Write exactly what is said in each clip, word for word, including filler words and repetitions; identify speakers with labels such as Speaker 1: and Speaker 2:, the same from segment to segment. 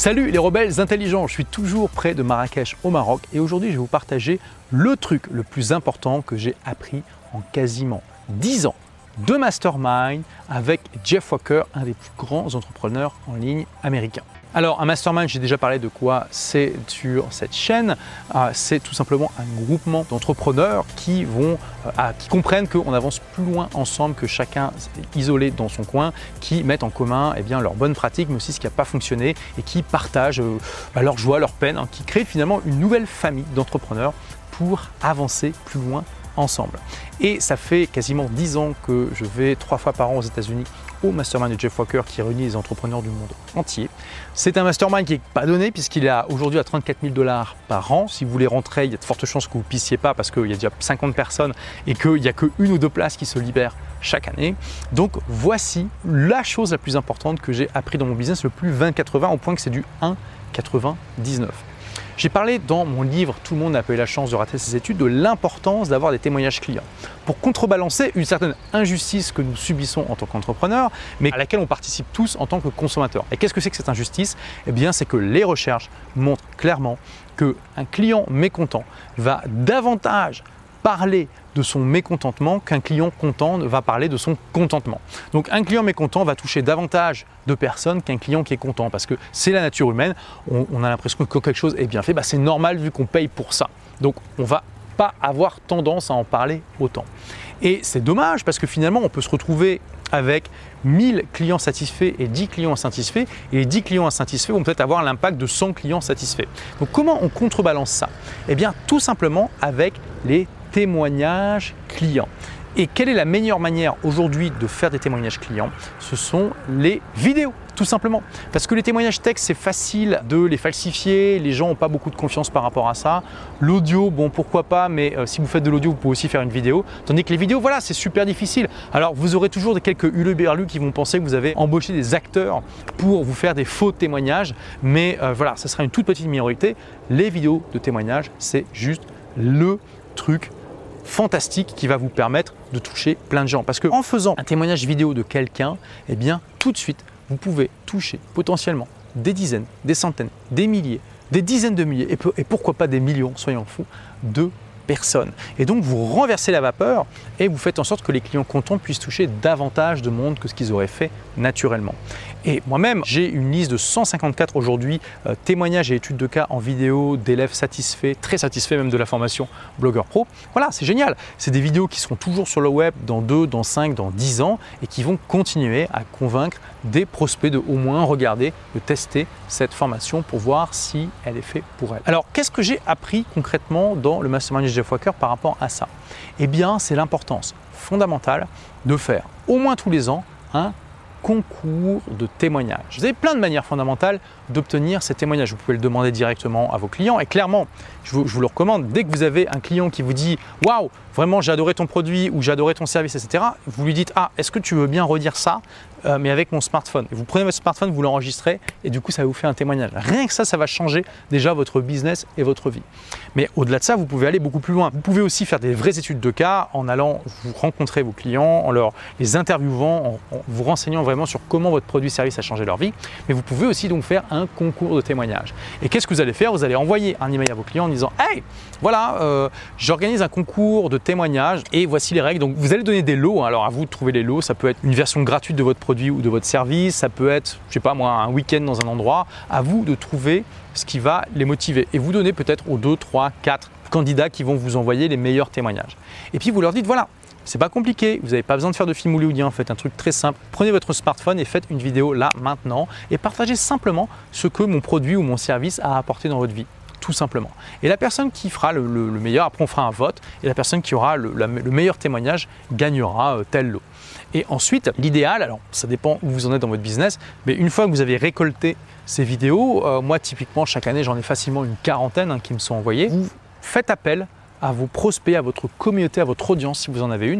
Speaker 1: Salut les rebelles intelligents, je suis toujours près de Marrakech au Maroc et aujourd'hui je vais vous partager le truc le plus important que j'ai appris en quasiment dix ans de mastermind avec Jeff Walker, un des plus grands entrepreneurs en ligne américains. Alors un mastermind, j'ai déjà parlé de quoi c'est sur cette chaîne, euh, c'est tout simplement un groupement d'entrepreneurs qui vont, euh, qui comprennent qu'on avance plus loin ensemble que chacun isolé dans son coin, qui mettent en commun eh bien, leurs bonnes pratiques mais aussi ce qui n'a pas fonctionné et qui partagent euh, bah, leur joie, leur peine, hein, qui créent finalement une nouvelle famille d'entrepreneurs pour avancer plus loin ensemble. Et ça fait quasiment dix ans que je vais trois fois par an aux États-Unis au mastermind de Jeff Walker qui réunit les entrepreneurs du monde entier. C'est un mastermind qui n'est pas donné puisqu'il est aujourd'hui à trente-quatre mille dollars par an. Si vous voulez rentrer, il y a de fortes chances que vous ne puissiez pas parce qu'il y a déjà cinquante personnes et qu'il n'y a que une ou deux places qui se libèrent chaque année. Donc voici la chose la plus importante que j'ai appris dans mon business, le plus vingt quatre-vingts au point que c'est du un quatre-vingt-dix-neuf. J'ai parlé dans mon livre « Tout le monde n'a pas eu la chance de rater ses études » de l'importance d'avoir des témoignages clients pour contrebalancer une certaine injustice que nous subissons en tant qu'entrepreneurs, mais à laquelle on participe tous en tant que consommateurs. Et qu'est-ce que c'est que cette injustice? Eh bien, c'est que les recherches montrent clairement qu'un client mécontent va davantage parler de son mécontentement qu'un client content va parler de son contentement. Donc un client mécontent va toucher davantage de personnes qu'un client qui est content parce que c'est la nature humaine, on, on a l'impression que quelque chose est bien fait, bah c'est normal vu qu'on paye pour ça. Donc on va pas avoir tendance à en parler autant. Et c'est dommage parce que finalement on peut se retrouver avec mille clients satisfaits et dix clients insatisfaits et les dix clients insatisfaits vont peut-être avoir l'impact de cent clients satisfaits. Donc comment on contrebalance ça? Eh bien tout simplement avec les témoignages clients. Et quelle est la meilleure manière aujourd'hui de faire des témoignages clients? Ce sont les vidéos, tout simplement. Parce que les témoignages texte, c'est facile de les falsifier, les gens n'ont pas beaucoup de confiance par rapport à ça. L'audio, bon pourquoi pas, mais euh, si vous faites de l'audio, vous pouvez aussi faire une vidéo. Tandis que les vidéos, voilà, c'est super difficile. Alors vous aurez toujours quelques huluberlus qui vont penser que vous avez embauché des acteurs pour vous faire des faux témoignages, mais euh, voilà, ça sera une toute petite minorité. Les vidéos de témoignages, c'est juste le truc fantastique qui va vous permettre de toucher plein de gens. Parce qu'en faisant un témoignage vidéo de quelqu'un, eh bien tout de suite, vous pouvez toucher potentiellement des dizaines, des centaines, des milliers, des dizaines de milliers et, peu, et pourquoi pas des millions, soyons fous, de personnes. Et donc vous renversez la vapeur et vous faites en sorte que les clients contents puissent toucher davantage de monde que ce qu'ils auraient fait naturellement. Et moi-même, j'ai une liste de cent cinquante-quatre aujourd'hui euh, témoignages et études de cas en vidéo d'élèves satisfaits, très satisfaits même de la formation Blogueur Pro. Voilà, c'est génial. C'est des vidéos qui seront toujours sur le web dans deux, dans cinq, dans dix ans et qui vont continuer à convaincre des prospects de au moins regarder, de tester cette formation pour voir si elle est faite pour elle. Alors, qu'est-ce que j'ai appris concrètement dans le mastermind de Jeff Walker par rapport à ça? Eh bien, c'est l'importance fondamentale de faire au moins tous les ans un concours de témoignages. Vous avez plein de manières fondamentales d'obtenir ces témoignages. Vous pouvez le demander directement à vos clients et clairement, je vous, je vous le recommande, dès que vous avez un client qui vous dit « Waouh, vraiment j'ai adoré ton produit » ou « J'ai adoré ton service », et cetera, vous lui dites « Ah, est-ce que tu veux bien redire ça euh, mais avec mon smartphone ?» Et vous prenez votre smartphone, vous l'enregistrez et du coup ça vous fait un témoignage. Rien que ça, ça va changer déjà votre business et votre vie. Mais au-delà de ça, vous pouvez aller beaucoup plus loin. Vous pouvez aussi faire des vraies études de cas en allant vous rencontrer vos clients, en leur les interviewant, en, en vous renseignant vraiment sur comment votre produit-service a changé leur vie. Mais vous pouvez aussi donc faire un concours de témoignages. Et qu'est-ce que vous allez faire? Vous allez envoyer un email à vos clients en disant « Hey, voilà, euh, j'organise un concours de témoignages et voici les règles. » Donc vous allez donner des lots. Alors à vous de trouver les lots. Ça peut être une version gratuite de votre produit ou de votre service. Ça peut être, je sais pas moi, un week-end dans un endroit. À vous de trouver ce qui va les motiver et vous donnez peut-être aux deux, trois, quatre candidats qui vont vous envoyer les meilleurs témoignages. Et puis vous leur dites voilà, c'est pas compliqué, vous n'avez pas besoin de faire de film hollywoodien, faites un truc très simple. Prenez votre smartphone et faites une vidéo là, maintenant et partagez simplement ce que mon produit ou mon service a apporté dans votre vie. Tout simplement. Et la personne qui fera le, le, le meilleur, après on fera un vote, et la personne qui aura le, la, le meilleur témoignage gagnera euh, tel lot. Et ensuite, l'idéal, alors ça dépend où vous en êtes dans votre business, mais une fois que vous avez récolté ces vidéos, euh, moi typiquement chaque année j'en ai facilement une quarantaine hein, qui me sont envoyées, vous faites appel à vos prospects, à votre communauté, à votre audience si vous en avez une,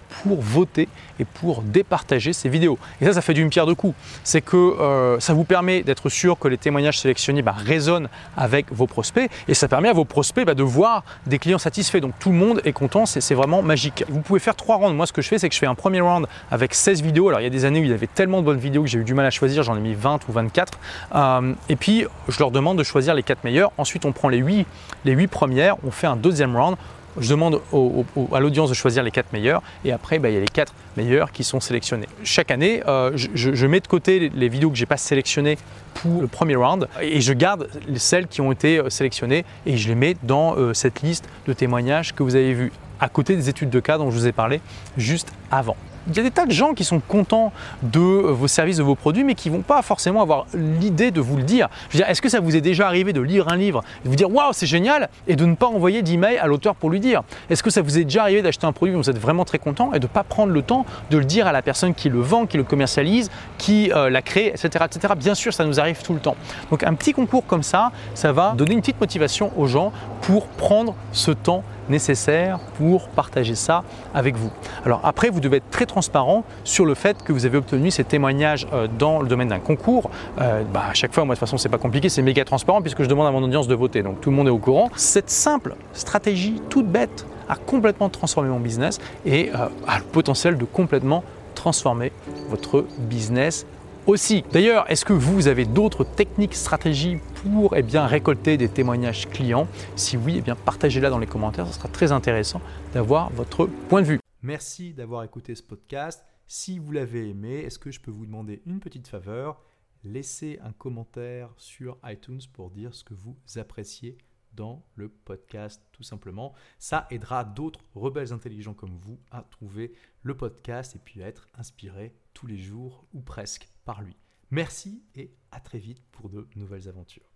Speaker 1: pour voter et pour départager ces vidéos. Et ça, ça fait d'une pierre deux coups. C'est que euh, ça vous permet d'être sûr que les témoignages sélectionnés bah, résonnent avec vos prospects et ça permet à vos prospects bah, de voir des clients satisfaits. Donc tout le monde est content, c'est vraiment magique. Vous pouvez faire trois rounds. Moi, ce que je fais, c'est que je fais un premier round avec seize vidéos. Alors, il y a des années où il y avait tellement de bonnes vidéos que j'ai eu du mal à choisir. J'en ai mis vingt ou vingt-quatre. Euh, et puis, je leur demande de choisir les quatre meilleurs. Ensuite, on prend les huit, les huit premières. On fait un deuxième round. Je demande au, au, à l'audience de choisir les quatre meilleurs et après, bah, il y a les quatre meilleurs qui sont sélectionnés. Chaque année, euh, je, je mets de côté les, les vidéos que je n'ai pas sélectionnées pour le premier round et je garde celles qui ont été sélectionnées et je les mets dans euh, cette liste de témoignages que vous avez vus à côté des études de cas dont je vous ai parlé juste avant. Il y a des tas de gens qui sont contents de vos services, de vos produits, mais qui ne vont pas forcément avoir l'idée de vous le dire. Je veux dire, est-ce que ça vous est déjà arrivé de lire un livre et de vous dire « Waouh, c'est génial !» et de ne pas envoyer d'email à l'auteur pour lui dire? Est-ce que ça vous est déjà arrivé d'acheter un produit dont vous êtes vraiment très content et de ne pas prendre le temps de le dire à la personne qui le vend, qui le commercialise, qui euh, l'a créé, et cetera, et cetera. Bien sûr, ça nous arrive tout le temps. Donc un petit concours comme ça, ça va donner une petite motivation aux gens pour prendre ce temps nécessaire pour partager ça avec vous. Alors après, vous devez être très transparent sur le fait que vous avez obtenu ces témoignages euh, dans le domaine d'un concours. Euh, bah, à chaque fois, moi de toute façon, c'est pas compliqué, c'est méga transparent puisque je demande à mon audience de voter. Donc tout le monde est au courant. Cette simple stratégie toute bête a complètement transformé mon business et euh, a le potentiel de complètement transformer votre business aussi. D'ailleurs, est-ce que vous avez d'autres techniques, stratégies pour eh bien, récolter des témoignages clients? Si oui, eh bien, partagez-la dans les commentaires, ce sera très intéressant d'avoir votre point de vue. Merci d'avoir écouté ce podcast. Si vous l'avez aimé, est-ce que je peux vous demander une petite faveur? Laissez un commentaire sur iTunes pour dire ce que vous appréciez dans le podcast, tout simplement. Ça aidera d'autres rebelles intelligents comme vous à trouver le podcast et puis à être inspirés tous les jours ou presque par lui. Merci et à très vite pour de nouvelles aventures.